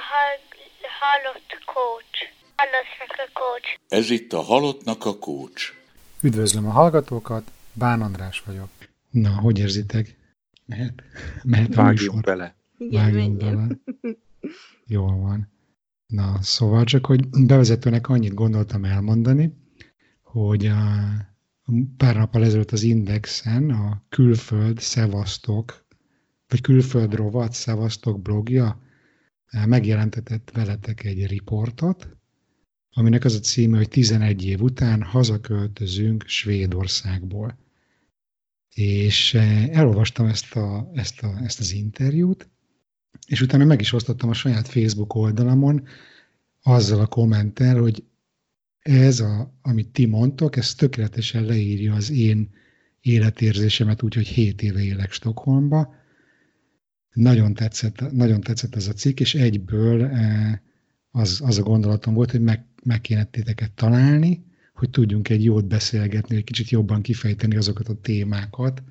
halott kócs. Halottnak a kócs. Ez itt a Halottnak a kócs. Üdvözlöm a hallgatókat, Bán András vagyok. Na, hogy érzitek? Mehet a műsor? Bele. Vágjunk bele. Jól van. Na, szóval csak, hogy bevezetőnek annyit gondoltam elmondani, hogy pár nappal ezelőtt az Indexen a Külföld Szevasztok, vagy Külföld rovat Szevasztok blogja megjelentetett veletek egy riportot, aminek az a címe, hogy 11 év után hazaköltözünk Svédországból. És elolvastam ezt az interjút, és utána meg is osztottam a saját Facebook oldalamon azzal a kommenttel, hogy ez, amit ti mondtok, ez tökéletesen leírja az én életérzésemet, úgyhogy 7 éve élek Stockholmba. Nagyon tetszett ez a cikk, és egyből az a gondolatom volt, hogy meg kéne titeket találni, hogy tudjunk egy jót beszélgetni, egy kicsit jobban kifejteni azokat a témákat,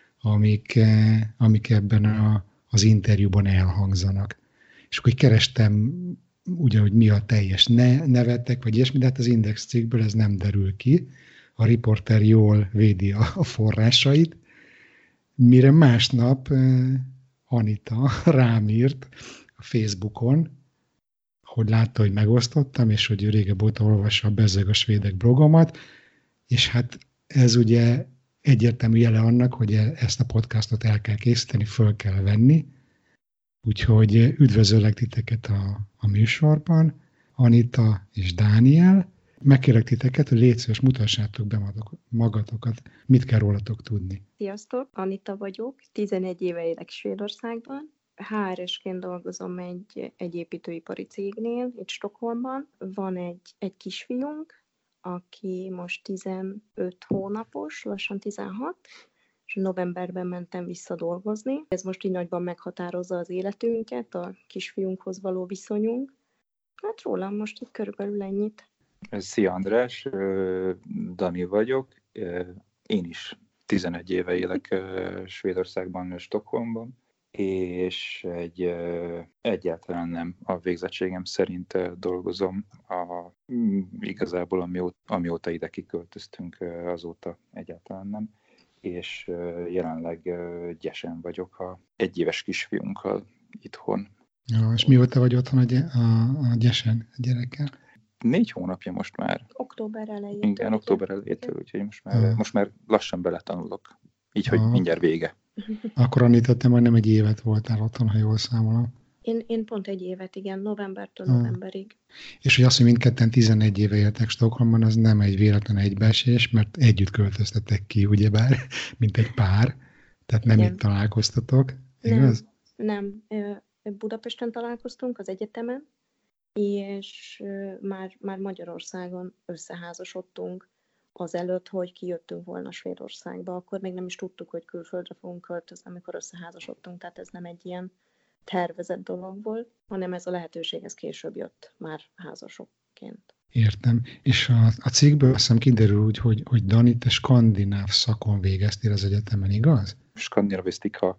amik ebben az interjúban elhangzanak. És akkor kerestem ugyanúgy mi a teljes nevetek, vagy ilyesmi, de hát az Index cikkből ez nem derül ki. A riporter jól védi a forrásait, mire másnap Anita rám írt a Facebookon, hogy látta, hogy megosztottam, és hogy ő régebb óta olvassa a Bezzeg a svédek blogomat, és hát ez ugye egyértelmű jele annak, hogy ezt a podcastot el kell készíteni, föl kell venni, úgyhogy üdvözöllek titeket a műsorban, Anita és Dániel. Megkérlek titeket, hogy légy szíves, mutassátok be magatokat, mit kell rólatok tudni. Sziasztok, Anita vagyok, 11 éve élek Svédországban. HR-esként dolgozom egy építőipari cégnél, itt Stockholmban. Van egy kisfiunk, aki most 15 hónapos, lassan 16, és novemberben mentem vissza dolgozni. Ez most így nagyban meghatározza az életünket, a kisfiunkhoz való viszonyunk. Hát rólam most itt körülbelül ennyit. Szia András, Dani vagyok. Én is 11 éve élek Svédországban, Stockholmban, és egyáltalán nem a végzettségem szerint dolgozom. Igazából amióta ide kiköltöztünk, azóta egyáltalán nem. És jelenleg gyesen vagyok a egyéves kisfiunkkal itthon. Ja, és mióta vagy otthon a gyesen a gyerekkel? 4 hónapja most már. Október elejétől. Igen, október elejétől, úgyhogy most már lassan beletanulok. Így, hogy mindjárt vége. Akkor Anita, te majdnem egy évet voltál otthon, ha jól számolom. Én pont egy évet, igen, novembertől novemberig. És hogy azt, hogy mindketten 11 éve éltek Stockholmban, az nem egy véletlen egybeesés, mert együtt költöztetek ki, ugyebár, mint egy pár. Tehát nem itt találkoztatok, igaz? Nem. Budapesten találkoztunk az egyetemen, és már Magyarországon összeházasodtunk azelőtt, hogy kijöttünk volna Svédországba. Akkor még nem is tudtuk, hogy külföldre fogunk költözni, amikor összeházasodtunk, tehát ez nem egy ilyen tervezett dolog volt, hanem ez a lehetőség, ez később jött már házasokként. Értem. És a cikkből azt hiszem kiderül úgy, hogy Dani, te skandináv szakon végeztél az egyetemen, igaz? Skandinavisztika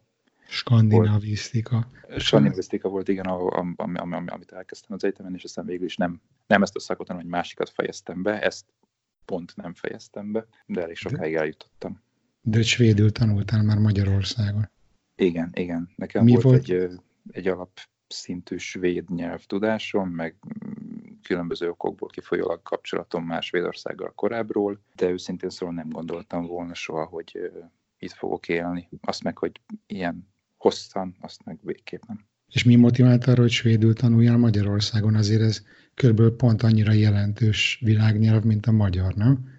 volt, igen, amit elkezdtem az egyetemen, és aztán végül is nem ezt a szakot, hanem egy másikat fejeztem be, ezt pont nem fejeztem be, de elég sokáig eljutottam. De svédül tanultál már Magyarországon. Igen. Nekem volt egy alapszintű svéd nyelvtudásom, meg különböző okokból kifolyólag kapcsolatom már Svédországgal korábbról, de őszintén szóval nem gondoltam volna soha, hogy itt fogok élni. Azt meg, hogy ilyen hosszan, azt meg végképp nem. És mi motivált arra, hogy svédül tanuljál Magyarországon? Azért ez körülbelül pont annyira jelentős világnyelv, mint a magyar, nem?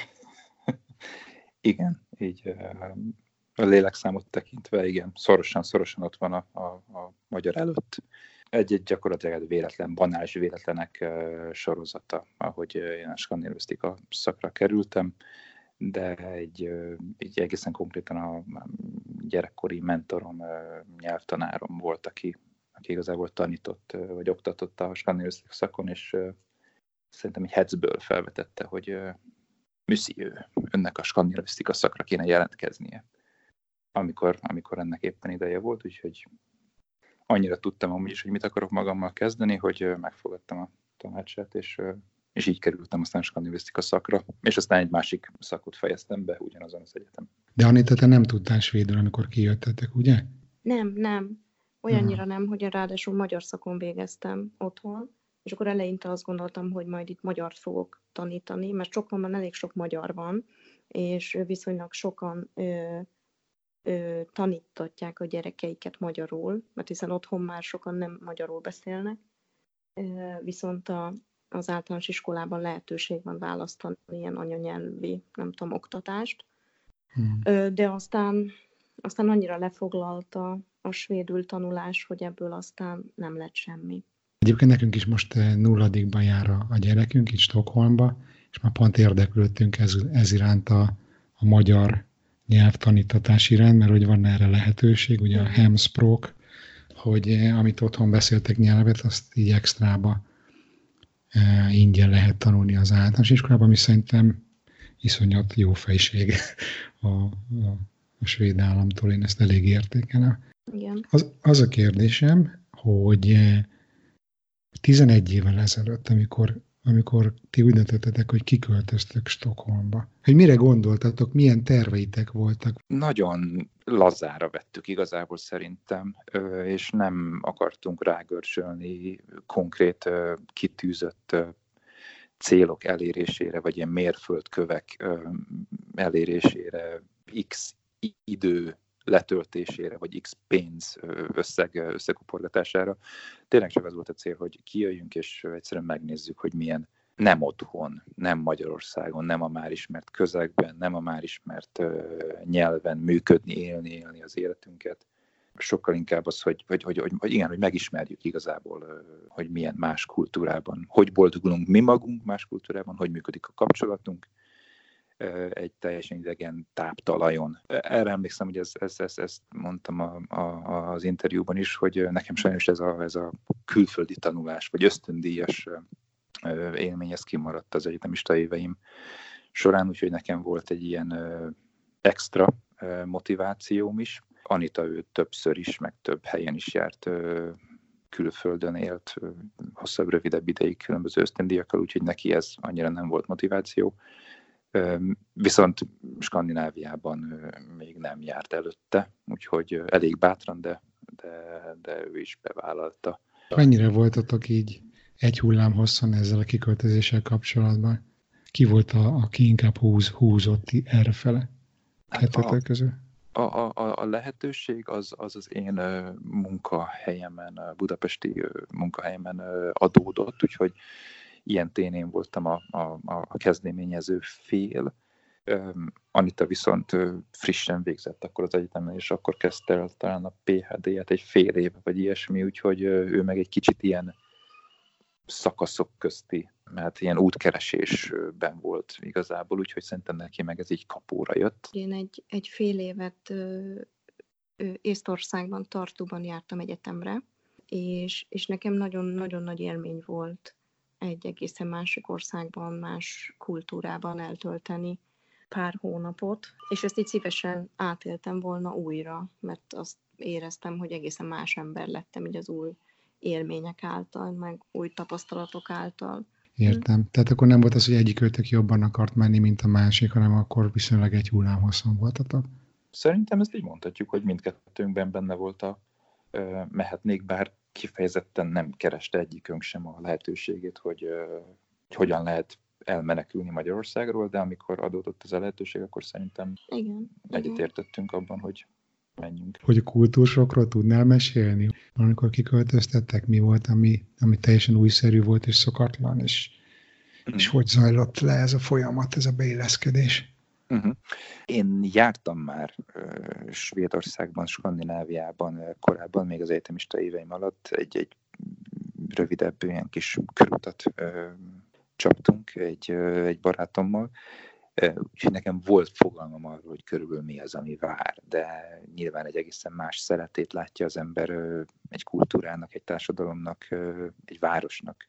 Igen, így a lélekszámot tekintve, igen, szorosan ott van a magyar előtt. Egy gyakorlatilag véletlen, banális véletlenek sorozata, ahogy én a skandinavisztika szakra kerültem, de egy egészen konkrétan a gyerekkori mentorom, nyelvtanárom volt, aki igazából tanított, vagy oktatott a skandinavisztika szakon, és szerintem egy hecből felvetette, hogy monsieur, önnek a skandinavisztika szakra kéne jelentkeznie, amikor ennek éppen ideje volt, úgyhogy annyira tudtam amúgy is, hogy mit akarok magammal kezdeni, hogy megfogadtam a tanácsát, és így kerültem aztán skandinavisztika szakra, és aztán egy másik szakot fejeztem be ugyanazon az egyetem. De Anita, te nem tudtál svédül, amikor kijöttetek, ugye? Nem. Olyannyira nem, hogy ráadásul magyar szakon végeztem otthon, és akkor eleinte azt gondoltam, hogy majd itt magyart fogok tanítani, mert Stockholmban elég sok magyar van, és viszonylag sokan tanítatják a gyerekeiket magyarul, mert hiszen otthon már sokan nem magyarul beszélnek, viszont az általános iskolában lehetőség van választani ilyen anyanyelvi, nem tudom, oktatást. De aztán annyira lefoglalta a svédül tanulás, hogy ebből aztán nem lett semmi. Egyébként nekünk is most 0-ban jár a gyerekünk itt Stockholmba, és már pont érdeklődtünk ez iránt a magyar nyelvtanítatás iránt, mert hogy van erre lehetőség, ugye a Hemspråk, hogy amit otthon beszéltek nyelvet, azt így extrába ingyen lehet tanulni az általános iskolában, ami szerintem iszonyat jó fejség a svéd államtól, én ezt elég értékelem. Igen. Az a kérdésem, hogy 11 évvel ezelőtt, amikor ti úgy döntöttetek, hogy kiköltöztök Stockholmba, hogy mire gondoltatok, milyen terveitek voltak? Nagyon lazára vettük igazából szerintem, és nem akartunk rágörcsölni konkrét kitűzött célok elérésére, vagy ilyen mérföldkövek elérésére, x idő letöltésére, vagy x pénz összekuporgatására. Tényleg csak az volt a cél, hogy kijöjjünk, és egyszerűen megnézzük, hogy milyen nem otthon, nem Magyarországon, nem a már ismert közegben, nem a már ismert nyelven működni, élni az életünket. Sokkal inkább az, hogy megismerjük igazából, hogy milyen más kultúrában, hogy boldogulunk mi magunk más kultúrában, hogy működik a kapcsolatunk egy teljesen idegen táptalajon. Erre emlékszem, hogy ezt mondtam az interjúban is, hogy nekem sajnos ez a külföldi tanulás, vagy ösztöndíjas élmény, ez kimaradt az egyetemista éveim során, úgyhogy nekem volt egy ilyen extra motivációm is. Anita, ő többször is, meg több helyen is járt, külföldön élt, hosszabb, rövidebb ideig különböző ösztöndíjakkal, úgyhogy neki ez annyira nem volt motiváció. Viszont Skandináviában még nem járt előtte, úgyhogy elég bátran, de ő is bevállalta. Mennyire voltatok így egy hullám hosszan ezzel a kiköltözéssel kapcsolatban? Ki volt, aki inkább húzott errefele kettőtök közül? A lehetőség az én munkahelyemen, budapesti munkahelyemen adódott, úgyhogy ilyen ténén voltam a kezdeményező fél. Anita viszont frissen végzett akkor az egyetemen, és akkor kezdte el talán a PhD-et egy fél éve, vagy ilyesmi, úgyhogy ő meg egy kicsit ilyen szakaszok közti, mert ilyen útkeresésben volt igazából, úgyhogy szerintem neki meg ez így kapóra jött. Én egy fél évet Észtországban, Tartuban jártam egyetemre, és nekem nagyon-nagyon nagy élmény volt egy egészen másik országban, más kultúrában eltölteni pár hónapot, és ezt így szívesen átéltem volna újra, mert azt éreztem, hogy egészen más ember lettem így az új élmények által, meg új tapasztalatok által. Értem. Tehát akkor nem volt az, hogy egyikőtök jobban akart menni, mint a másik, hanem akkor viszonylag egy hullámhosszon voltatok? Szerintem ezt így mondhatjuk, hogy mindkettőnkben benne volt mehetnék, bár kifejezetten nem kereste egyikünk sem a lehetőségét, hogy hogyan lehet elmenekülni Magyarországról, de amikor adódott ez a lehetőség, akkor szerintem egyetértettünk abban, hogy menjünk. Hogy a kultúrsokról tudnál mesélni? Amikor kiköltöztettek, mi volt, ami teljesen újszerű volt és szokatlan, és hogy zajlott le ez a folyamat, ez a beilleszkedés? Én jártam már Svédországban, Skandináviában korábban, még az egyetemista éveim alatt egy rövidebb ilyen kis körutat csaptunk egy barátommal, úgyhogy nekem volt fogalmam arról, hogy körülbelül mi az, ami vár, de nyilván egy egészen más szeletét látja az ember egy kultúrának, egy társadalomnak, egy városnak.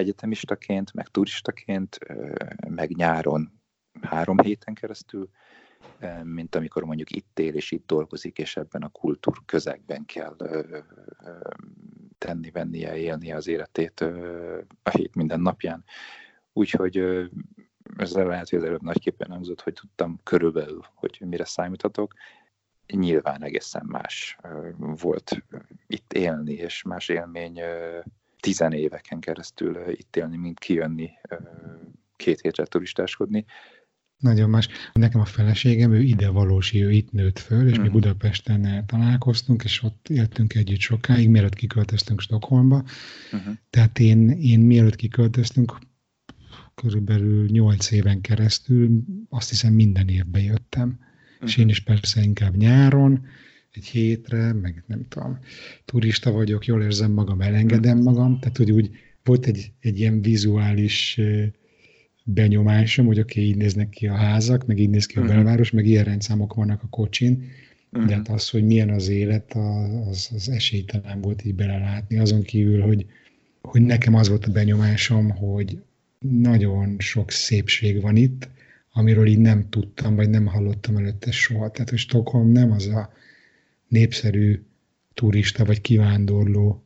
Egyetemistaként, meg turistaként, meg nyáron 3 héten keresztül, mint amikor mondjuk itt él és itt dolgozik, és ebben a kultúr közegben kell tenni-vennie, élnie az életét a hét minden napján. Úgyhogy ezzel lehet, hogy az előbb nagyképpen hangzott, hogy tudtam körülbelül, hogy mire számíthatok. Nyilván egészen más volt itt élni, és más élmény 10 éveken keresztül itt élni, mint kijönni 2 hétre turistáskodni. Nagyon más. Nekem a feleségem, ő idevalósi, ő itt nőtt föl, és mi Budapesten találkoztunk, és ott éltünk együtt sokáig, mielőtt kiköltöztünk Stockholmba. Tehát én mielőtt kiköltöztünk, körülbelül 8 éven keresztül, azt hiszem minden évben jöttem. És én is persze inkább nyáron, egy hétre, meg nem tudom, turista vagyok, jól érzem magam, elengedem magam, tehát hogy úgy volt egy ilyen vizuális benyomásom, hogy oké, így néznek ki a házak, meg így néz ki a belváros, meg ilyen rendszámok vannak a kocsin, de hát az, hogy milyen az élet, az esélytelen volt így belelátni, azon kívül, hogy nekem az volt a benyomásom, hogy nagyon sok szépség van itt, amiről így nem tudtam, vagy nem hallottam előtte soha. Tehát, hogy Stockholm nem az a népszerű turista, vagy kivándorló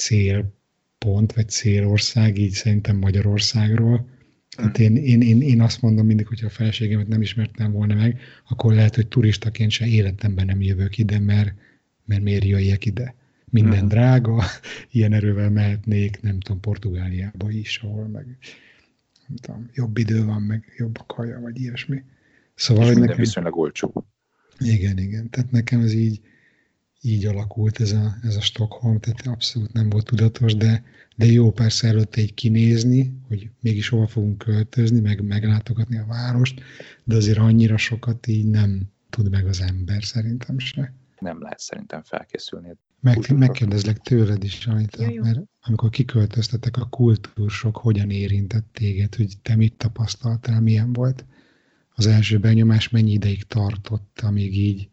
célpont, vagy célország, így szerintem Magyarországról. Tehát én azt mondom mindig, hogyha a feleségemet nem ismertem volna meg, akkor lehet, hogy turistaként se életemben nem jövök ide, mert miért jöjjek ide. Minden drága, ilyen erővel mehetnék, nem tudom, Portugáliába is, ahol meg nem tudom, jobb idő van, meg jobb a kaja, vagy ilyesmi. Szóval, és hogy minden nekem viszonylag olcsó. Igen. Tehát nekem ez így alakult ez a Stockholm, tehát abszolút nem volt tudatos, de jó persze előtte így kinézni, hogy mégis hova fogunk költözni, meg meglátogatni a várost, de azért annyira sokat így nem tud meg az ember szerintem se. Nem lehet szerintem felkészülni. Megkérdezlek tőled is, Anita, mert amikor kiköltöztetek, a kultúrsok hogyan érintett téged, hogy te mit tapasztaltál, milyen volt az első benyomás, mennyi ideig tartott, amíg így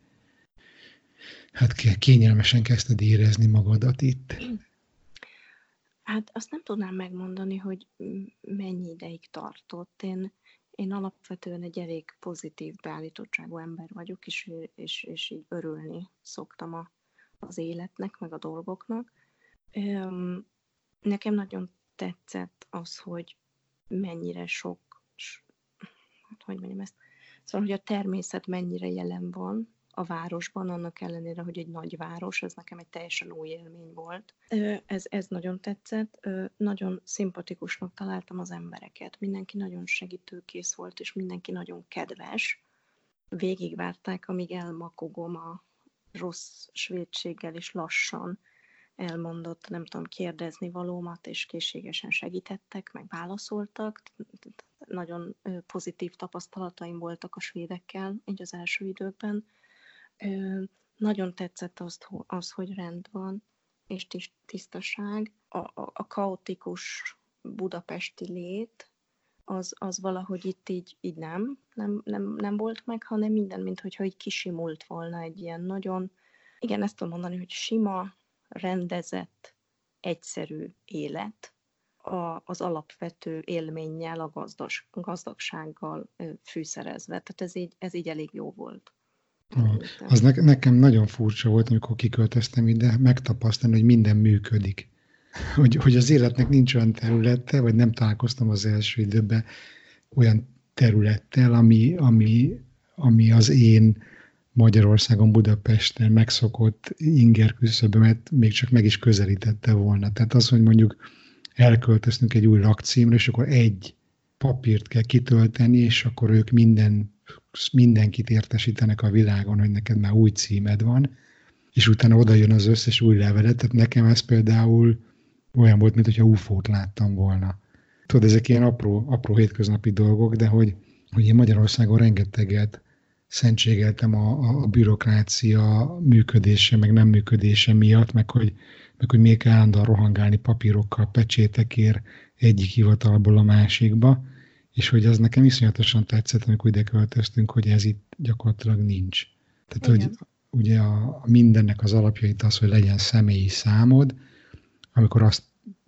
kényelmesen kezdted érezni magadat itt? Hát azt nem tudnám megmondani, hogy mennyi ideig tartott. Én alapvetően egy elég pozitív beállítottságú ember vagyok, és így örülni szoktam az életnek, meg a dolgoknak. Nekem nagyon tetszett az, hogy mennyire hogy mondjam ezt, szóval, hogy a természet mennyire jelen van a városban, annak ellenére, hogy egy nagy város, ez nekem egy teljesen új élmény volt. Ez nagyon tetszett, nagyon szimpatikusnak találtam az embereket, mindenki nagyon segítőkész volt, és mindenki nagyon kedves. Végigvárták, amíg elmakogom a rossz svédséggel, és lassan elmondott, nem tudom, kérdezni valómat, és készségesen segítettek, meg válaszoltak. Nagyon pozitív tapasztalataim voltak a svédekkel, így az első időkben. Nagyon tetszett az, hogy rend van, és tisztaság. A kaotikus budapesti lét, az valahogy itt így nem volt meg, hanem minden, minthogyha így kisimult volna egy ilyen nagyon, igen, ezt tudom mondani, hogy sima, rendezett, egyszerű élet az alapvető élménnyel, a gazdagsággal fűszerezve. Tehát ez így elég jó volt. Az nekem nagyon furcsa volt, amikor kiköltöztem ide, megtapasztalni, hogy minden működik. Hogy az életnek nincs olyan területe, vagy nem találkoztam az első időben olyan területtel, ami az én Magyarországon, Budapesten megszokott inger küszöbömet még csak meg is közelítette volna. Tehát az, hogy mondjuk elköltöztünk egy új lakcímre, és akkor egy papírt kell kitölteni, és akkor ők mindenkit értesítenek a világon, hogy neked már új címed van, és utána oda jön az összes új levelet. Tehát nekem ez például olyan volt, mintha UFO-t láttam volna. Tudod, ezek ilyen apró hétköznapi dolgok, de hogy én Magyarországon rengeteget szentségeltem a bürokrácia működése, meg nem működése miatt, meg hogy még kell állandóan rohangálni papírokkal, pecsétekért egyik hivatalból a másikba, és hogy az nekem iszonyatosan tetszett, amikor ide költöztünk, hogy ez itt gyakorlatilag nincs. Tehát, igen. Hogy ugye mindennek az alapjait az, hogy legyen személyi számod, amikor azt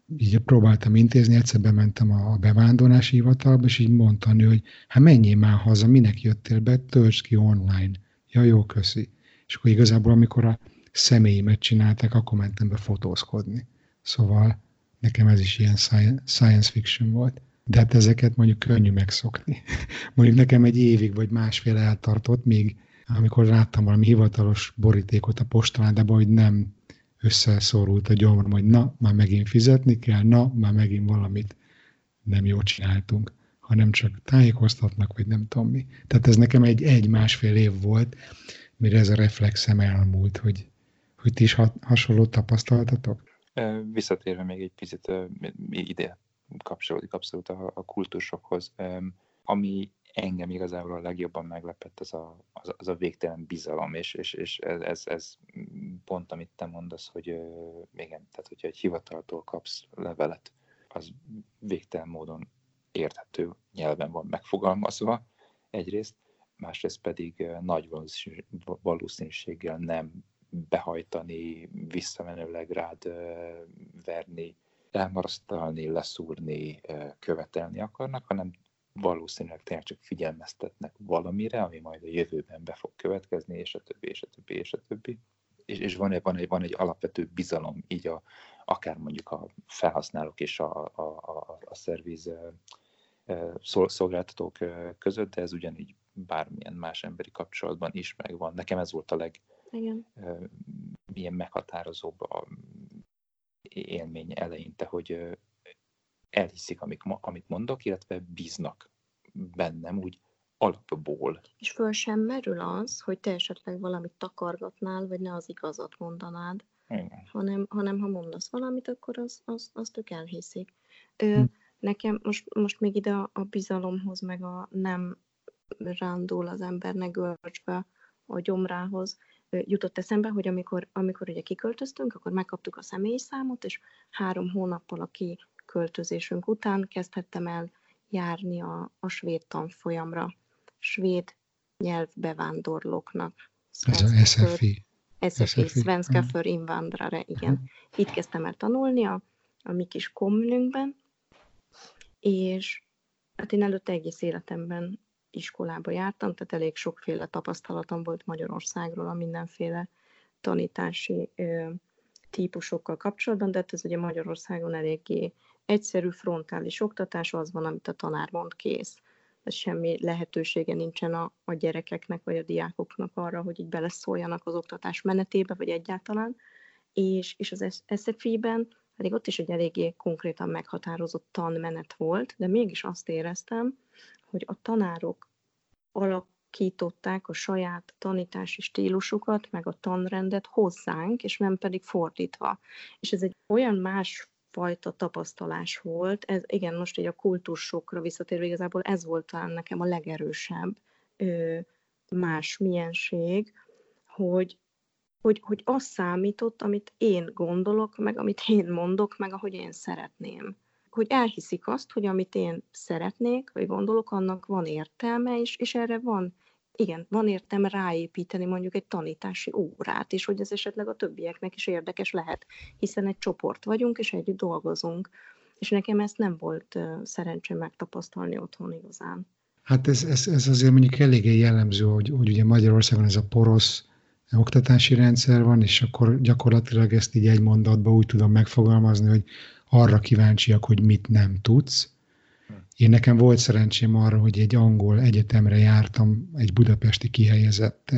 így próbáltam intézni, egyszer bementem a bevándorlási hivatalba, és így mondta a nő, hogy hát menjél már haza, minek jöttél be, töltsd ki online. Ja, jó, köszi. És akkor igazából, amikor a személyimet csinálták, akkor mentem be fotózkodni. Szóval nekem ez is ilyen science fiction volt. De hát ezeket mondjuk könnyű megszokni. Mondjuk nekem egy évig vagy másfél eltartott, még amikor láttam valami hivatalos borítékot a postaládába, hogy nem összeszorult a gyomrom, hogy na, már megint fizetni kell, na, már megint valamit nem jól csináltunk, hanem csak tájékoztatnak, vagy nem tudom mi. Tehát ez nekem egy másfél év volt, mire ez a reflexem elmúlt, hogy ti is hasonlót tapasztaltatok? Visszatérve még egy picit ide kapcsolódik abszolút a kultúrsokhoz. Ami engem igazából a legjobban meglepett, az a végtelen bizalom, és ez pont, amit te mondasz, hogy igen, tehát hogyha egy hivataltól kapsz levelet, az végtelen módon érthető nyelven van megfogalmazva egyrészt, másrészt pedig nagy valószínűséggel nem behajtani, visszamenőleg rád verni, elmarasztalni, leszúrni, követelni akarnak, hanem valószínűleg tényleg csak figyelmeztetnek valamire, ami majd a jövőben be fog következni, és a többi, és a többi, és a többi. És van egy alapvető bizalom, így akár mondjuk a felhasználók és a szerviz szolgáltatók között, de ez ugyanígy bármilyen más emberi kapcsolatban is megvan. Nekem ez volt a ilyen meghatározóbb élmény eleinte, hogy elhiszik, amit mondok, illetve bíznak bennem úgy alapból. És föl sem merül az, hogy te esetleg valamit takargatnál, vagy ne az igazat mondanád, hanem ha mondasz valamit, akkor azt ők elhiszik. Nekem most még ide a bizalomhoz, meg a nem rándul az embernek görcsbe a gyomrához jutott eszembe, hogy amikor ugye kiköltöztünk, akkor megkaptuk a személyi számot, és 3 hónappal a kiköltözésünk után kezdhettem el járni a svéd tanfolyamra. Svéd nyelvbevándorlóknak. Ez a SFI. SFI, Svenska för invandrare, igen. Itt kezdtem el tanulni a mi kis kommunünkben, és hát én előtte egész életemben iskolába jártam, tehát elég sokféle tapasztalatom volt Magyarországról a mindenféle tanítási típusokkal kapcsolatban, de hát ez ugye Magyarországon eléggé egyszerű frontális oktatás, az van, amit a tanár mond, kész. Ez semmi lehetősége nincsen a gyerekeknek vagy a diákoknak arra, hogy így beleszóljanak az oktatás menetébe, vagy egyáltalán. És az SFI-ben pedig ott is egy eléggé konkrétan meghatározott tanmenet volt, de mégis azt éreztem, hogy a tanárok alakították a saját tanítási stílusukat, meg a tanrendet hozzánk, és nem pedig fordítva. És ez egy olyan másfajta tapasztalás volt, ez igen, most így a kultúrsokra visszatérve igazából ez volt talán nekem a legerősebb más milyenség, hogy az számított, amit én gondolok, meg amit én mondok, meg ahogy én szeretném. Hogy elhiszik azt, hogy amit én szeretnék, vagy gondolok, annak van értelme, és erre van értelme ráépíteni mondjuk egy tanítási órát, és hogy ez esetleg a többieknek is érdekes lehet, hiszen egy csoport vagyunk, és együtt dolgozunk. És nekem ezt nem volt szerencsém megtapasztalni otthon igazán. Hát ez azért mondjuk eléggé jellemző, hogy ugye Magyarországon ez a porosz oktatási rendszer van, és akkor gyakorlatilag ezt így egy mondatban úgy tudom megfogalmazni, hogy arra kíváncsiak, hogy mit nem tudsz. Én nekem volt szerencsém arra, hogy egy angol egyetemre jártam, egy budapesti kihelyezett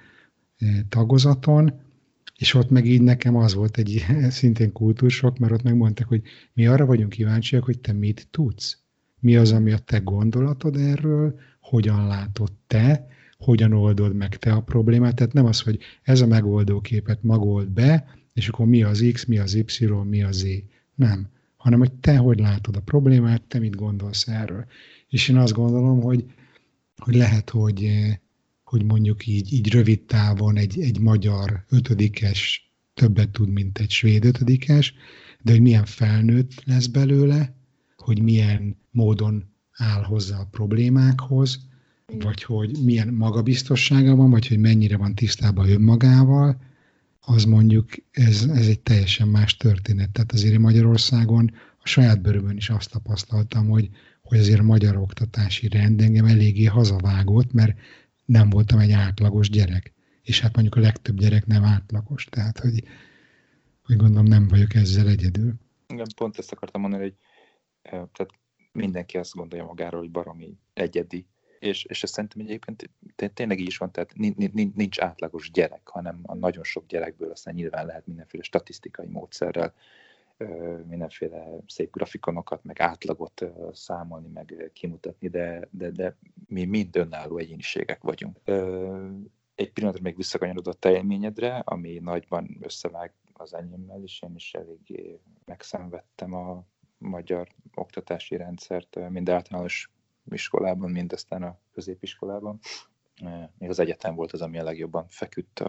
tagozaton, és ott meg így nekem az volt egy szintén kultúrsok, mert ott megmondták, hogy mi arra vagyunk kíváncsiak, hogy te mit tudsz. Mi az, ami a te gondolatod erről, hogyan látod te, hogyan oldod meg te a problémát. Tehát nem az, hogy ez a megoldóképet magold be, és akkor mi az X, mi az Y, mi az Z. Nem. Hanem, hogy te hogy látod a problémát, te mit gondolsz erről. És én azt gondolom, hogy lehet, hogy mondjuk így rövid távon egy magyar ötödikes többet tud, mint egy svéd ötödikes, de hogy milyen felnőtt lesz belőle, hogy milyen módon áll hozzá a problémákhoz, vagy hogy milyen magabiztossága van, vagy hogy mennyire van tisztában önmagával, az mondjuk ez egy teljesen más történet. Tehát azért Magyarországon a saját bőrömön is azt tapasztaltam, hogy azért a magyar oktatási rend engem eléggé hazavágott, mert nem voltam egy átlagos gyerek. És hát mondjuk a legtöbb gyerek nem átlagos, tehát hogy gondolom nem vagyok ezzel egyedül. Igen, pont ezt akartam mondani, hogy tehát mindenki azt gondolja magáról, hogy baromi egyedi, és ezt szerintem egyébként tényleg így is van, tehát nincs átlagos gyerek, hanem a nagyon sok gyerekből aztán nyilván lehet mindenféle statisztikai módszerrel, mindenféle szép grafikonokat, meg átlagot számolni, meg kimutatni, de mi mind önálló egyéniségek vagyunk. Egy pillanatra még visszakanyarodott a élményedre, ami nagyban összevág az enyémmel, és én is eléggé megszenvedtem a magyar oktatási rendszert, mind általános iskolában, mind aztán a középiskolában. Még az egyetem volt az, ami a legjobban feküdt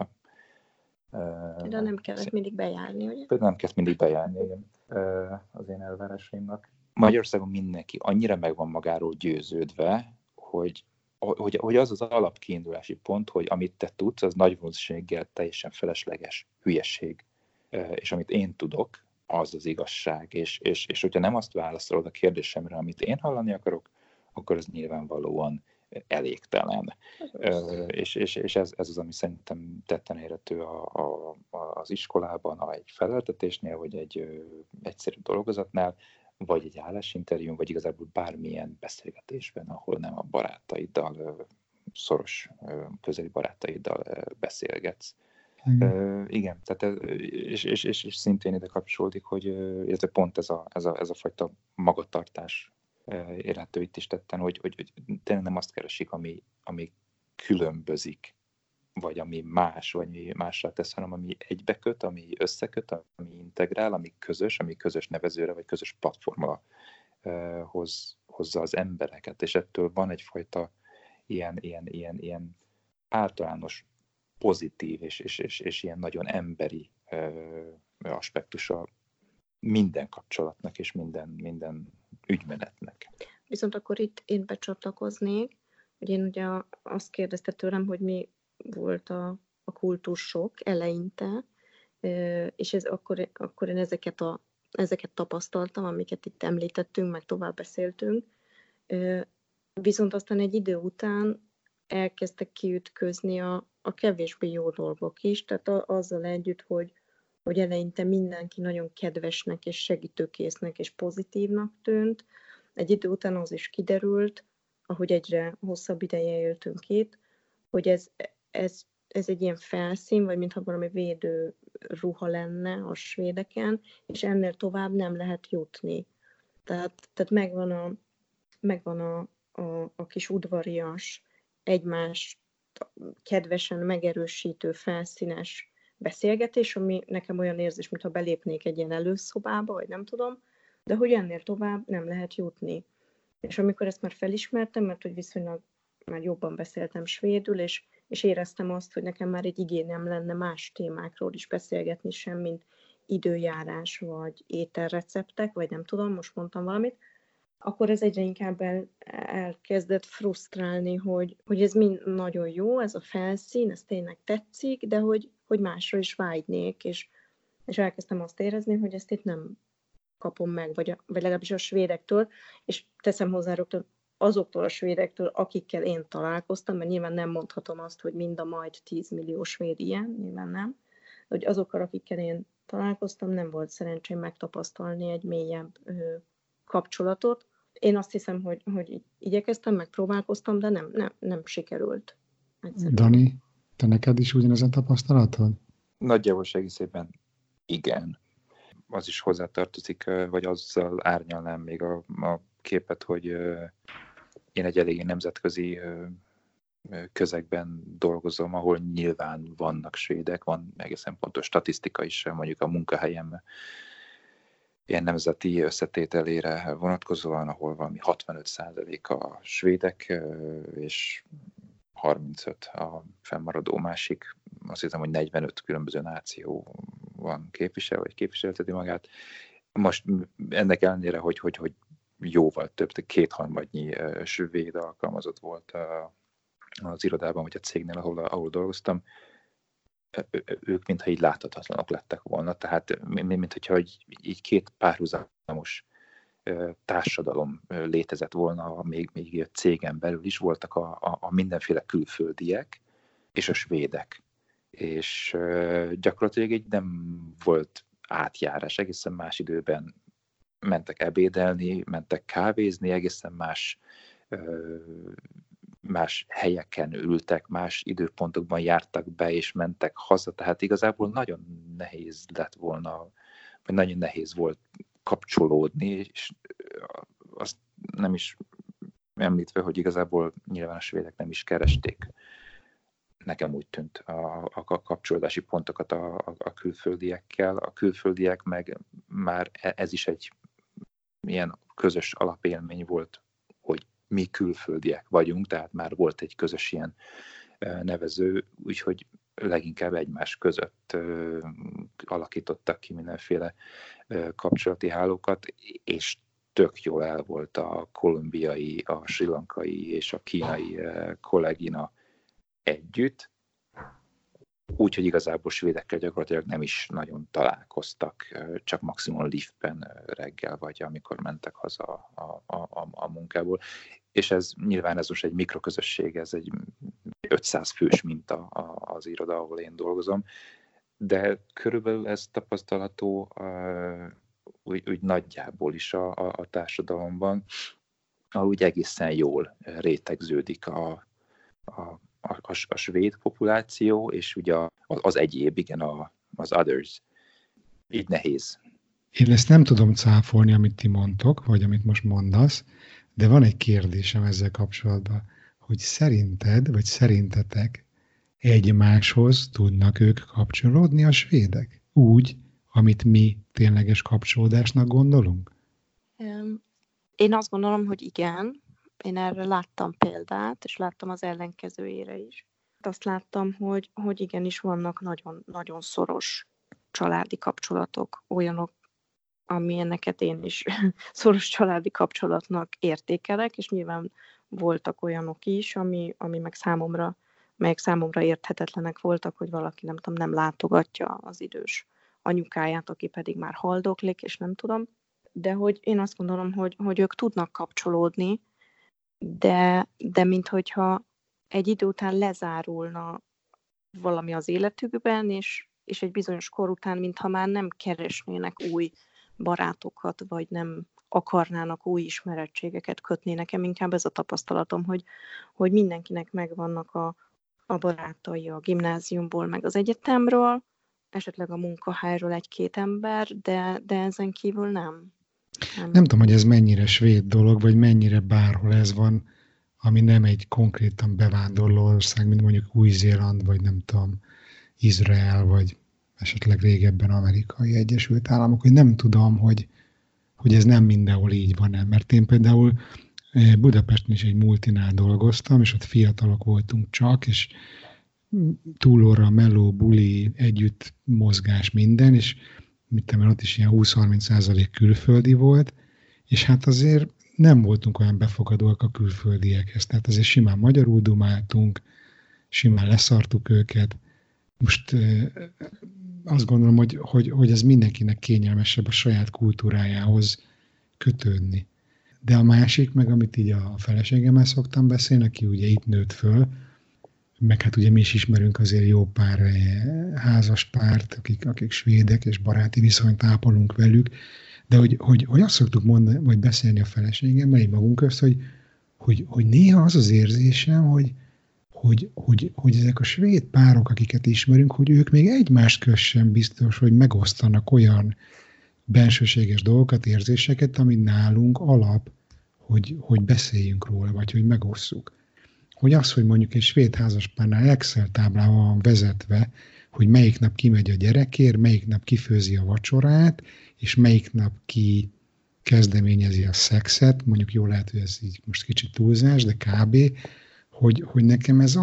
de nem kellett mindig bejárni, ugye? Nem kellett mindig bejárni, igen, az én elvárásaimnak. Magyarországon mindenki annyira meg van magáról győződve, hogy az az alapkiindulási pont, hogy amit te tudsz, az nagy valószínűséggel teljesen felesleges hülyeség. És amit én tudok, az az igazság. És hogyha nem azt válaszolod a kérdésemre, amit én hallani akarok, akkor ez nyilvánvalóan elégtelen. És ez az, ami szerintem tetten érhető az iskolában, egy feleltetésnél, vagy egy egyszerű dolgozatnál, vagy egy állásinterjún, vagy igazából bármilyen beszélgetésben, ahol nem a barátaiddal, szoros közeli barátaiddal beszélgetsz. Igen, tehát és szintén ide kapcsolódik, hogy illetve pont ez a fajta magatartás érhető itt is tetten, hogy tényleg nem azt keresik, ami különbözik, vagy ami más, vagy ami másra tesz, hanem ami egybeköt, ami összeköt, ami integrál, ami közös nevezőre, vagy közös platformra hozza az embereket, és ettől van egyfajta ilyen általános pozitív és ilyen nagyon emberi aspektusa minden kapcsolatnak és minden ügymenetnek. Viszont akkor itt én becsatlakoznék, hogy én ugye azt kérdezte tőlem, hogy mi volt a kultúrsok eleinte, és akkor én ezeket tapasztaltam, amiket itt említettünk, meg tovább beszéltünk. Viszont aztán egy idő után elkezdtek kiütközni a kevésbé jó dolgok is, tehát azzal együtt, hogy eleinte mindenki nagyon kedvesnek és segítőkésznek és pozitívnak tűnt. Egy idő után az is kiderült, ahogy egyre hosszabb ideje éltünk itt, hogy ez egy ilyen felszín, vagy mintha valami védő ruha lenne a svédeken, és ennél tovább nem lehet jutni. Tehát megvan a kis udvarias, egymást kedvesen megerősítő, felszínes beszélgetés, ami nekem olyan érzés, mintha belépnék egy ilyen előszobába, vagy nem tudom, de hogy ennél tovább nem lehet jutni. És amikor ezt már felismertem, mert hogy viszonylag már jobban beszéltem svédül, és éreztem azt, hogy nekem már egy igényem lenne más témákról is beszélgetni, sem mint időjárás, vagy ételreceptek, vagy nem tudom, most mondtam valamit, akkor ez egyre inkább elkezdett frusztrálni, hogy ez mind nagyon jó, ez a felszín, ez tényleg tetszik, de hogy másra is vágynék, és elkezdtem azt érezni, hogy ezt itt nem kapom meg, vagy legalábbis a svédektől, és teszem hozzá rögtön azoktól a svédektől, akikkel én találkoztam, mert nyilván nem mondhatom azt, hogy mind a majd 10 millió svéd ilyen, nyilván nem, hogy azokkal, akikkel én találkoztam, nem volt szerencsém megtapasztalni egy mélyebb kapcsolatot. Én azt hiszem, hogy igyekeztem, megpróbálkoztam, de nem sikerült. Egyszerűen. Dani, te neked is ugyanez a tapasztalatod? Nagyjából egészében igen. Az is hozzátartozik, vagy azzal árnyalnám még a képet, hogy én egy eléggé nemzetközi közegben dolgozom, ahol nyilván vannak svédek, van egészen pontos statisztika is, mondjuk a munkahelyem ilyen nemzeti összetételére vonatkozóan, ahol valami 65% a svédek, és 35 a fennmaradó másik, azt hiszem, hogy 45 különböző náció van képviselve, vagy képviselteti magát. Most ennek ellenére, hogy jóval több, 2/3 svéd alkalmazott volt az irodában, vagy a cégnél, ahol dolgoztam, ők mintha így láthatatlanok lettek volna, tehát mintha így két párhuzamos társadalom létezett volna, még cégen belül is voltak a mindenféle külföldiek és a svédek. És gyakorlatilag így nem volt átjárás, egészen más időben mentek ebédelni, mentek kávézni, egészen más helyeken ültek, más időpontokban jártak be és mentek haza, tehát igazából nagyon nehéz lett volna, vagy nagyon nehéz volt kapcsolódni, és azt nem is említve, hogy igazából nyilván a svédek nem is keresték. Nekem úgy tűnt a kapcsolódási pontokat a külföldiekkel. A külföldiek meg már ez is egy ilyen közös alapélmény volt, hogy mi külföldiek vagyunk, tehát már volt egy közös ilyen nevező, úgyhogy leginkább egymás között alakítottak ki mindenféle kapcsolati hálókat, és tök jól el volt a kolumbiai, a sri lankai és a kínai kollégina együtt, úgyhogy igazából svédekkel gyakorlatilag nem is nagyon találkoztak, csak maximum liftben reggel, vagy amikor mentek haza a munkából. És ez nyilván ez most egy mikroközösség, ez egy 500 fős minta az iroda, ahol én dolgozom, de körülbelül ez tapasztalható úgy nagyjából is a társadalomban, ahogy egészen jól rétegződik a svéd populáció, és ugye az egyéb, igen, az others. Így nehéz. Én ezt nem tudom cáfolni, amit ti mondtok, vagy amit most mondasz, de van egy kérdésem ezzel kapcsolatban, hogy szerinted, vagy szerintetek egymáshoz tudnak ők kapcsolódni a svédek? Úgy, amit mi tényleges kapcsolódásnak gondolunk? Én azt gondolom, hogy igen. Én erre láttam példát, és láttam az ellenkezőjére is. Azt láttam, hogy igenis vannak nagyon, nagyon szoros családi kapcsolatok, olyanok, amilyeneket én is szoros családi kapcsolatnak értékelek, és nyilván voltak olyanok is, melyek számomra érthetetlenek voltak, hogy valaki nem látogatja az idős anyukáját, aki pedig már haldoklik, és nem tudom. De hogy én azt gondolom, hogy ők tudnak kapcsolódni, de minthogyha egy idő után lezárulna valami az életükben, és egy bizonyos kor után, mintha már nem keresnének új barátokat, vagy nem akarnának új ismerettségeket kötni. Nekem inkább ez a tapasztalatom, hogy mindenkinek megvannak a barátai a gimnáziumból, meg az egyetemről, esetleg a munkahelyről egy-két ember, de ezen kívül nem. Nem tudom, hogy ez mennyire svéd dolog, vagy mennyire bárhol ez van, ami nem egy konkrétan bevándorló ország, mint mondjuk Új-Zéland, vagy nem tudom, Izrael, vagy esetleg régebben Amerikai Egyesült Államok, hogy nem tudom, hogy ez nem mindenhol így van, mert én például Budapesten is egy multinál dolgoztam, és ott fiatalok voltunk csak, és túlóra, meló, buli, együtt mozgás, minden, és ott is ilyen 20-30% külföldi volt, és hát azért nem voltunk olyan befogadóak a külföldiekhez, tehát azért simán magyarul dumáltunk, simán leszartuk őket. Most azt gondolom, hogy ez mindenkinek kényelmesebb a saját kultúrájához kötődni. De a másik, meg amit így a feleségemmel szoktam beszélni, aki ugye itt nőtt föl, meg hát ugye mi is ismerünk azért jó pár házas párt, akik svédek, és baráti viszonyt ápolunk velük, de hogy azt szoktuk mondani, vagy beszélni a feleségemmel, így magunk közt, hogy néha az az érzésem, hogy ezek a svéd párok, akiket ismerünk, hogy ők még egymást közt sem biztos, hogy megosztanak olyan bensőséges dolgokat, érzéseket, ami nálunk alap, hogy beszéljünk róla, vagy hogy megosszuk. Hogy az, hogy mondjuk egy svéd házaspárnál Excel táblával van vezetve, hogy melyik nap kimegy a gyerekért, melyik nap kifőzi a vacsorát, és melyik nap ki kezdeményezi a szexet, mondjuk jól lehet, hogy ez így most kicsit túlzás, de kb., hogy nekem ez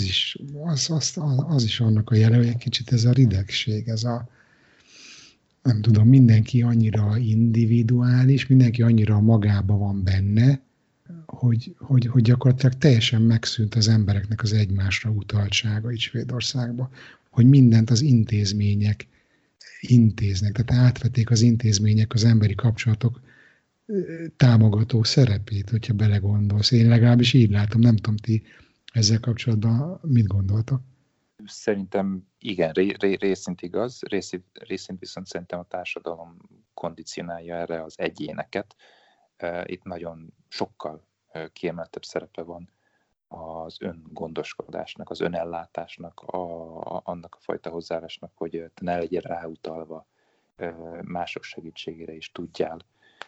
az is annak a jele, hogy egy kicsit ez a ridegség, ez a nem tudom, mindenki annyira individuális, mindenki annyira magában van benne, hogy gyakorlatilag teljesen megszűnt az embereknek az egymásra utaltsága itt Svédországban, hogy mindent az intézmények intéznek, tehát átvették az intézmények az emberi kapcsolatok támogató szerepét, hogyha belegondolsz. Én legalábbis így látom, nem tudom, ti ezzel kapcsolatban mit gondoltak? Szerintem igen, részint igaz, részint viszont szerintem a társadalom kondicionálja erre az egyéneket. Itt nagyon sokkal kiemeltebb szerepe van az öngondoskodásnak, az önellátásnak, annak a fajta hozzáállásnak, hogy te ne legyél ráutalva, mások segítségére is tudjál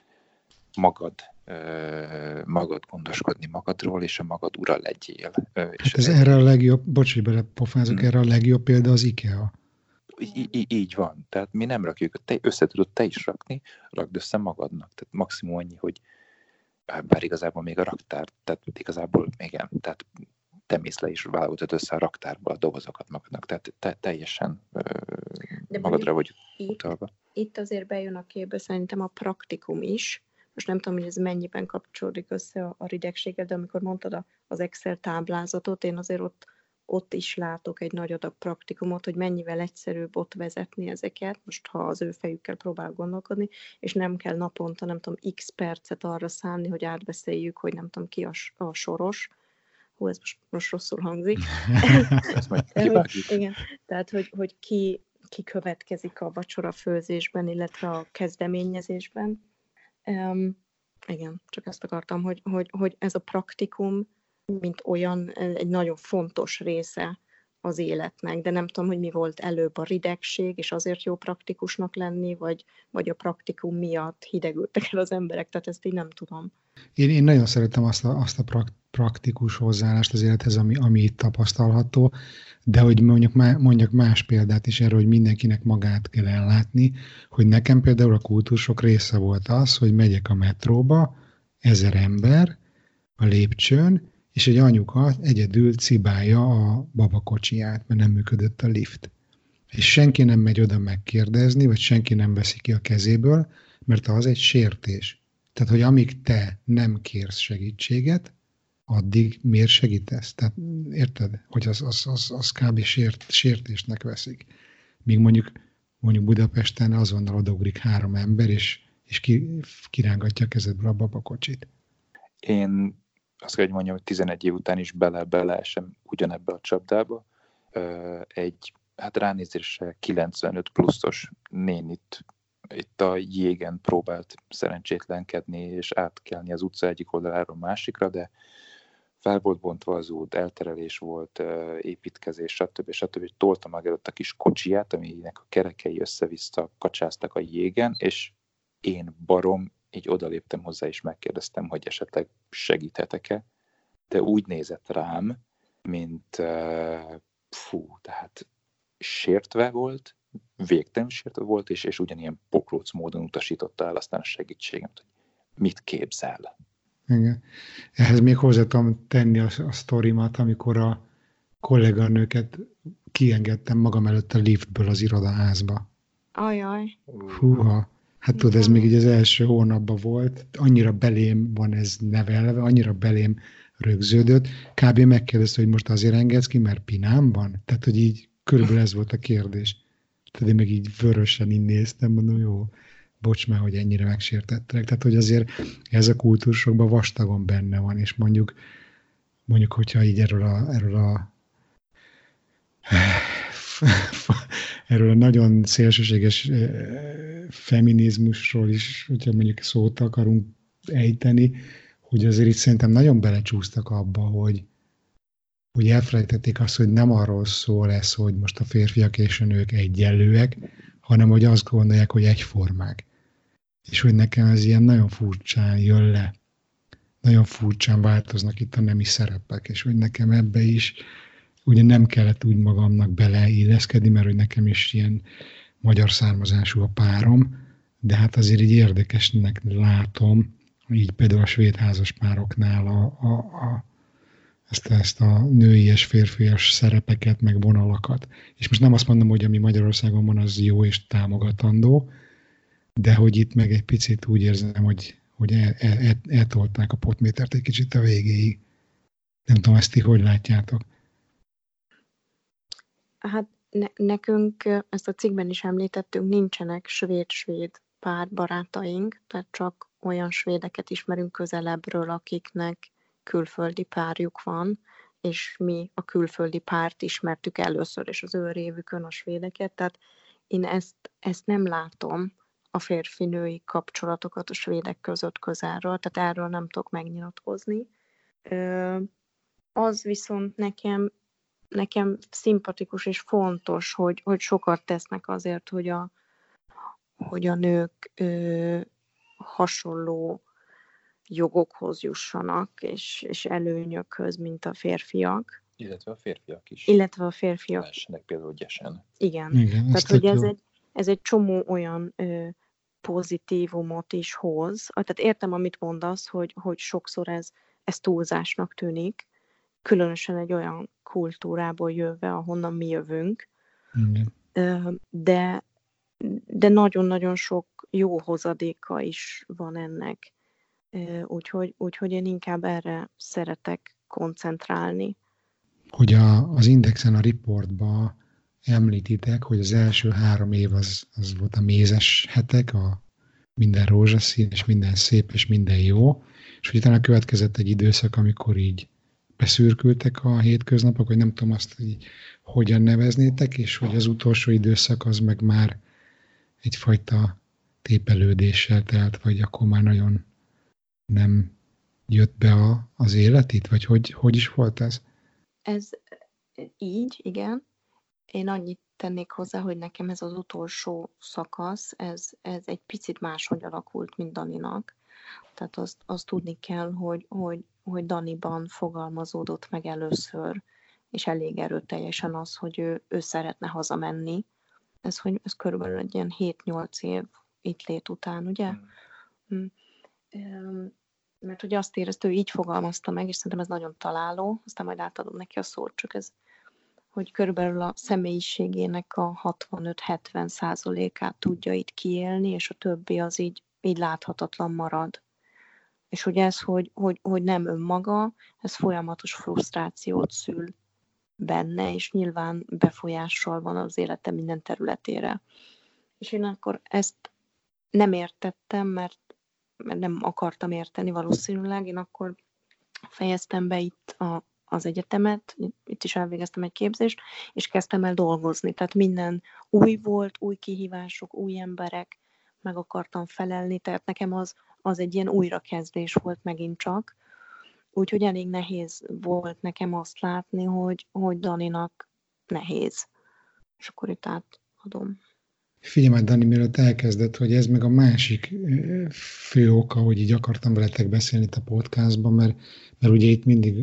magad gondoskodni magadról, és a magad ura legyél. Hát ez erre a legjobb, bocs, hogy belepofázok, erre a legjobb példa az IKEA. Így van. Tehát mi nem rakjuk, össze tudod te is rakni, rakd össze magadnak. Tehát maximum annyi, hogy bár igazából még a raktár, tehát igazából igen, tehát te mész le és válogatod össze a raktárból a dobozokat magadnak, tehát teljesen magadra vagy utalva. Itt azért bejön a képbe szerintem a praktikum is. Most nem tudom, hogy ez mennyiben kapcsolódik össze a ridegséggel, de amikor mondtad az Excel táblázatot, én azért ott is látok egy nagy adag praktikumot, hogy mennyivel egyszerűbb ott vezetni ezeket, most ha az ő fejükkel próbál gondolkodni, és nem kell naponta, nem tudom, x percet arra szánni, hogy átbeszéljük, hogy nem tudom ki a soros. Hú, ez most rosszul hangzik. Ezt majd kivágjuk. Igen, tehát hogy ki következik a vacsorafőzésben, illetve a kezdeményezésben. Igen, csak ezt akartam, hogy ez a praktikum, mint olyan, egy nagyon fontos része az életnek, de nem tudom, hogy mi volt előbb a ridegség, és azért jó praktikusnak lenni, vagy a praktikum miatt hidegültek el az emberek, tehát ezt így nem tudom. Én nagyon szeretem azt a praktikus hozzáállást az élethez, ami itt tapasztalható, de hogy mondjak más példát is erről, hogy mindenkinek magát kell ellátni, hogy nekem például a kultúrsok része volt az, hogy megyek a metróba, 1000 ember a lépcsőn, és egy anyuka egyedül cibálja a babakocsiját, mert nem működött a lift. És senki nem megy oda megkérdezni, vagy senki nem veszi ki a kezéből, mert az egy sértés. Tehát, hogy amíg te nem kérsz segítséget, addig miért segítesz? Tehát érted, hogy az kb. Sértésnek veszik. Míg mondjuk Budapesten azonnal odaugrik 3 ember, és kirángatja a kezedből a babakocsit. Én azt kell, hogy mondjam, hogy 11 év után is beleesem ugyanebbe a csapdába. Egy ránézésre 95 pluszos nénit itt a jégen próbált szerencsétlenkedni és átkelni az utca egyik oldaláról másikra, de fel volt bontva az út, elterelés volt, építkezés, stb. Tolta meg előtt a kis kocsiját, aminek a kerekei össze-vissza kacsáztak a jégen, és én barom, így odaléptem hozzá, és megkérdeztem, hogy esetleg segíthetek-e, de úgy nézett rám, mint tehát sértve volt, végtelenül sértve volt, és ugyanilyen poklóc módon utasította el aztán a segítségemet, hogy mit képzel. Igen. Ehhez még hozzá tudom tenni a sztorimat, amikor a kolléganőket kiengedtem magam előtt a liftből az irodaházba. Ajaj. Húha. Hát tudod, ez még így az első hónapban volt, annyira belém van ez nevelve, annyira belém rögződött, kb. Megkérdezte, hogy most azért engedsz ki, mert pinám van? Tehát, hogy így körülbelül ez volt a kérdés. Tehát én meg így vörösen így néztem, mondom, jó, bocs már, hogy ennyire megsértettek. Tehát, hogy azért ez a kultúrsokban vastagon benne van, és mondjuk hogyha így erről a nagyon szélsőséges feminizmusról is, hogyha mondjuk szót akarunk ejteni, hogy azért itt szerintem nagyon belecsúsztak abba, hogy elfelejtették azt, hogy nem arról szól ez, hogy most a férfiak és a nők egyenlőek, hanem hogy azt gondolják, hogy egyformák. És hogy nekem ez ilyen nagyon furcsán jön le. Nagyon furcsán változnak itt a nemi szerepek, és hogy nekem ebbe is ugye nem kellett úgy magamnak beleilleszkedni, mert hogy nekem is ilyen magyar származású a párom, de hát azért így érdekesnek látom, így például a svéd házaspároknál ezt a női és férfias szerepeket, meg vonalakat. És most nem azt mondom, hogy ami Magyarországon van, az jó és támogatandó, de hogy itt meg egy picit úgy érzem, hogy eltolták a potmétert egy kicsit a végéig. Nem tudom, ezt ti hogy látjátok? Hát nekünk, ezt a cikkben is említettünk, nincsenek svéd-svéd párbarátaink, tehát csak olyan svédeket ismerünk közelebbről, akiknek külföldi párjuk van, és mi a külföldi párt ismertük először, és az ő révükön a svédeket, tehát én ezt nem látom, a férfi-női kapcsolatokat a svédek között közelről, tehát erről nem tudok megnyilatkozni. Az viszont nekem szimpatikus és fontos, hogy sokat tesznek azért, hogy a nők hasonló jogokhoz jussanak, és előnyökhöz, mint a férfiak. Illetve a férfiak is. Illetve a férfiak. Lássanak például gyesen. Igen. Tehát, hogy ez egy csomó olyan pozitívumot is hoz. Tehát értem, amit mondasz, hogy sokszor ez túlzásnak tűnik, különösen egy olyan kultúrából jöve, ahonnan mi jövünk. Igen. De nagyon-nagyon sok jó hozadéka is van ennek. Úgyhogy én inkább erre szeretek koncentrálni. Hogy az Indexen, a riportban említitek, hogy az első 3 év az volt a mézes hetek, a minden rózsaszín, és minden szép, és minden jó, és hogy utána következett egy időszak, amikor így beszürkültek a hétköznapok, vagy nem tudom azt, hogy hogyan neveznétek, és hogy az utolsó időszak az meg már egyfajta tépelődéssel telt, vagy akkor már nagyon nem jött be az élet itt, vagy hogy is volt ez? Ez így, igen. Én annyit tennék hozzá, hogy nekem ez az utolsó szakasz, ez egy picit máshogy alakult, mint Daninak. Tehát azt tudni kell, hogy Daniban fogalmazódott meg először, és elég erőteljesen az, hogy ő szeretne hazamenni. Ez körülbelül egy ilyen 7-8 év itt lét után, ugye? Mert ugye azt érezte, ő így fogalmazta meg, és szerintem ez nagyon találó, aztán majd átadom neki a szót, csak ez, hogy körülbelül a személyiségének a 65-70%-át tudja itt kiélni, és a többi az így láthatatlan marad. És hogy ez, hogy nem önmaga, ez folyamatos frusztrációt szül benne, és nyilván befolyással van az élete minden területére. És én akkor ezt nem értettem, mert nem akartam érteni valószínűleg. Én akkor fejeztem be itt az egyetemet, itt is elvégeztem egy képzést, és kezdtem el dolgozni. Tehát minden új volt, új kihívások, új emberek, meg akartam felelni, tehát nekem az egy ilyen újrakezdés volt megint csak. Úgyhogy elég nehéz volt nekem azt látni, hogy Daninak nehéz. És akkor itt átadom. Figyelj már, Dani, mielőtt elkezdett, hogy ez meg a másik fő oka, hogy így akartam veletek beszélni itt a podcastban, mert ugye itt mindig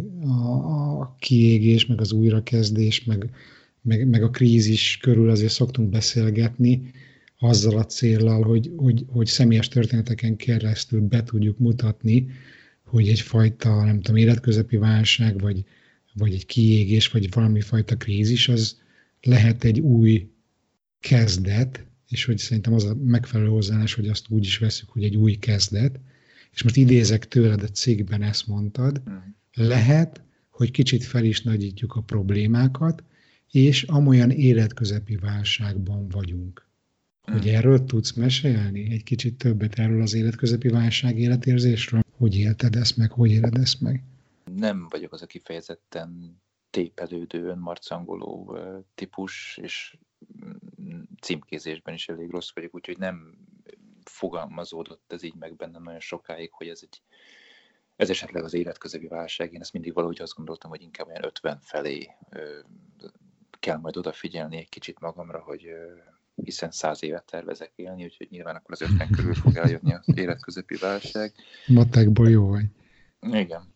a kiégés, meg az újrakezdés, meg a krízis körül azért szoktunk beszélgetni, azzal a céllal, hogy személyes történeteken keresztül be tudjuk mutatni, hogy egyfajta, nem tudom, életközepi válság, vagy egy kiégés, vagy valami fajta krízis, az lehet egy új kezdet, és hogy szerintem az a megfelelő hozzáállás, hogy azt úgy is veszük, hogy egy új kezdet, és most idézek tőled a cikkben, ezt mondtad, lehet, hogy kicsit fel is nagyítjuk a problémákat, és amolyan életközepi válságban vagyunk. Hogy erről tudsz mesélni? Egy kicsit többet erről az életközepi válság életérzésről? Hogy élted ezt meg? Hogy éled ezt meg? Nem vagyok az a kifejezetten tépelődő, önmarcangoló típus, és címkézésben is elég rossz vagyok, úgyhogy nem fogalmazódott ez így meg bennem nagyon sokáig, hogy ez esetleg az életközepi válság. Én ezt mindig valahogy azt gondoltam, hogy inkább olyan 50 felé kell majd odafigyelni egy kicsit magamra, hogy hiszen 100 évet tervezek élni, úgyhogy nyilván akkor az 50 körül fog eljönni az életközepi válság. Matekból jó vagy. Igen.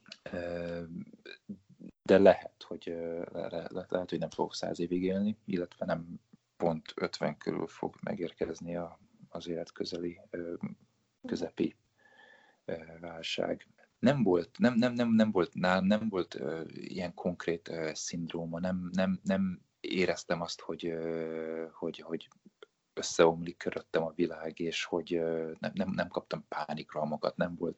De lehet, hogy nem fogok 100 évig élni, illetve nem pont 50 körül fog megérkezni az élet közepi válság. Nem volt ilyen konkrét szindróma, nem éreztem azt, hogy összeomlik köröttem a világ, és hogy nem kaptam pánikrohamokat,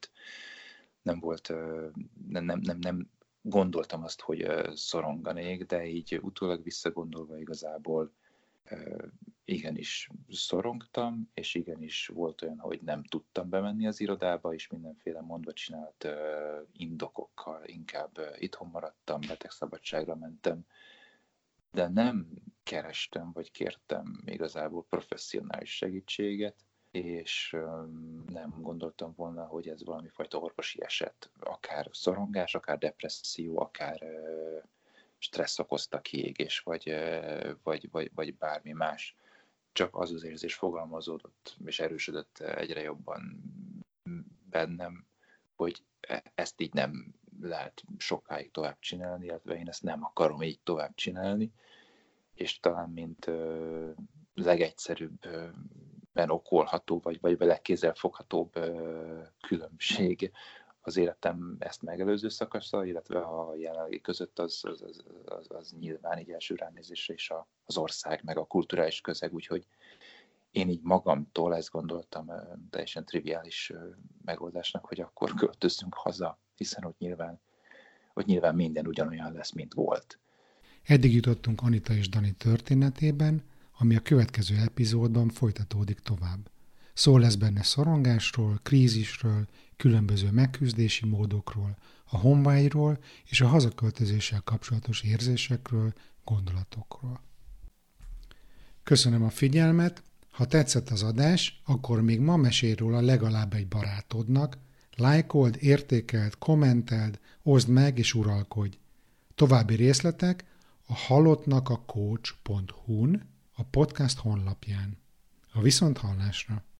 nem gondoltam azt, hogy szoronganék, de így utólag visszagondolva igazából igenis szorongtam, és igenis volt olyan, hogy nem tudtam bemenni az irodába, és mindenféle mondva csinált indokokkal inkább itthon maradtam, betegszabadságra mentem, de nem kerestem, vagy kértem igazából professzionális segítséget, és nem gondoltam volna, hogy ez valami fajta orvosi eset, akár szorongás, akár depresszió, akár stressz okozta kiégés, vagy bármi más. Csak az az érzés fogalmazódott, és erősödött egyre jobban bennem, hogy ezt így nem lehet sokáig tovább csinálni, illetve én ezt nem akarom így tovább csinálni, és talán mint legegyszerűbben okolható, vagy legkézzelfoghatóbb különbség az életem ezt megelőző szakasza, illetve a jelenlegi között az nyilván így első ránézésre is az ország, meg a kulturális közeg, úgyhogy én így magamtól ezt gondoltam teljesen triviális megoldásnak, hogy akkor költözzünk haza, hiszen ott nyilván minden ugyanolyan lesz, mint volt. Eddig jutottunk Anita és Dani történetében, ami a következő epizódban folytatódik tovább. Szó lesz benne szorongásról, krízisről, különböző megküzdési módokról, a honvágyról és a hazaköltözéssel kapcsolatos érzésekről, gondolatokról. Köszönöm a figyelmet, ha tetszett az adás, akkor még ma mesélj róla legalább egy barátodnak, lájkold, értékeld, kommenteld, oszd meg és uralkodj. További részletek a halottnakacoach.hu-n, a podcast honlapján. A viszonthallásra!